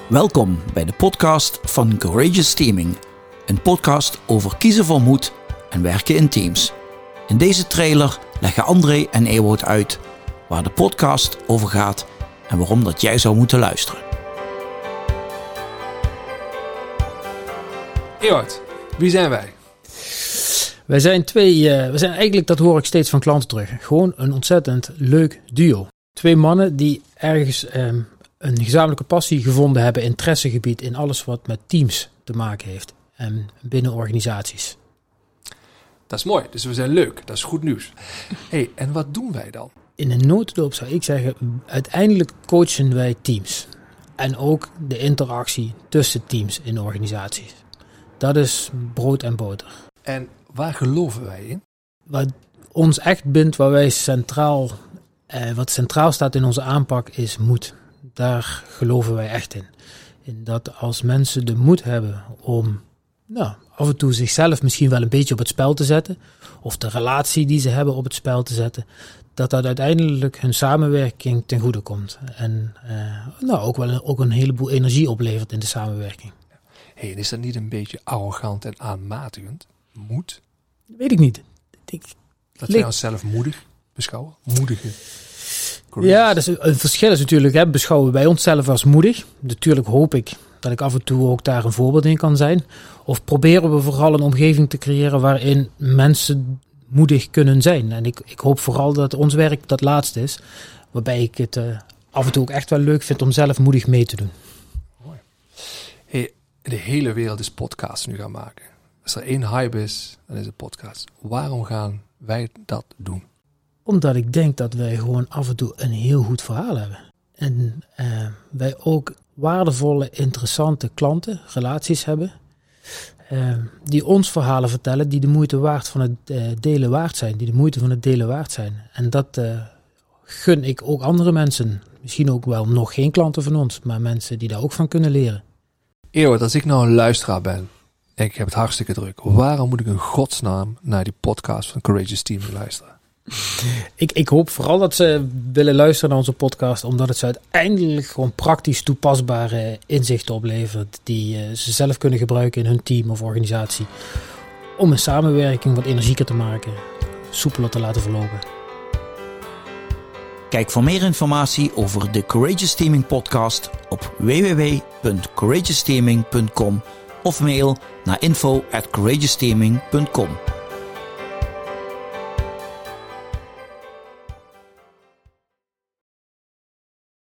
Welkom bij de podcast van Courageous Teaming. Een podcast over kiezen voor moed en werken in teams. In deze trailer leggen André en Ewout uit waar de podcast over gaat en waarom dat jij zou moeten luisteren. Ewout, wie zijn wij? Wij zijn eigenlijk, dat hoor ik steeds van klanten terug, gewoon een ontzettend leuk duo. Twee mannen die ergens een gezamenlijke passie gevonden hebben, interessegebied in alles wat met teams te maken heeft en binnen organisaties. Dat is mooi, dus we zijn leuk, dat is goed nieuws. Hey, en wat doen wij dan? In een notendop zou ik zeggen, uiteindelijk coachen wij teams. En ook de interactie tussen teams in organisaties. Dat is brood en boter. En waar geloven wij in? Wat ons echt bindt, wat centraal staat in onze aanpak, is moed. Daar geloven wij echt in. In dat als mensen de moed hebben om af en toe zichzelf misschien wel een beetje op het spel te zetten, of de relatie die ze hebben op het spel te zetten, dat uiteindelijk hun samenwerking ten goede komt. En ook een heleboel energie oplevert in de samenwerking. Hey, en is dat niet een beetje arrogant en aanmatigend? Moed? Weet ik niet. Dat wij onszelf moedig beschouwen? Moedige. Ja, dus een verschil is natuurlijk, beschouwen wij onszelf als moedig. Natuurlijk hoop ik dat ik af en toe ook daar een voorbeeld in kan zijn. Of proberen we vooral een omgeving te creëren waarin mensen moedig kunnen zijn. En ik hoop vooral dat ons werk dat laatste is. Waarbij ik het af en toe ook echt wel leuk vind om zelf moedig mee te doen. Mooi. Hey, de hele wereld is podcasts nu gaan maken. Als er één hype is, dan is het podcast. Waarom gaan wij dat doen? Omdat ik denk dat wij gewoon af en toe een heel goed verhaal hebben. En wij ook waardevolle, interessante klanten, relaties hebben. Die ons verhalen vertellen die de moeite waard van het delen waard zijn. Die de moeite van het delen waard zijn. En dat gun ik ook andere mensen. Misschien ook wel nog geen klanten van ons, maar mensen die daar ook van kunnen leren. Ewout, als ik nou een luisteraar ben en ik heb het hartstikke druk, waarom moet ik in godsnaam naar die podcast van Courageous Teaming luisteren? Ik hoop vooral dat ze willen luisteren naar onze podcast, omdat het ze uiteindelijk gewoon praktisch toepasbare inzichten oplevert die ze zelf kunnen gebruiken in hun team of organisatie. Om een samenwerking wat energieker te maken, soepeler te laten verlopen. Kijk voor meer informatie over de Courageous Teaming podcast op www.courageousteaming.com of mail naar info@courageousteaming.com.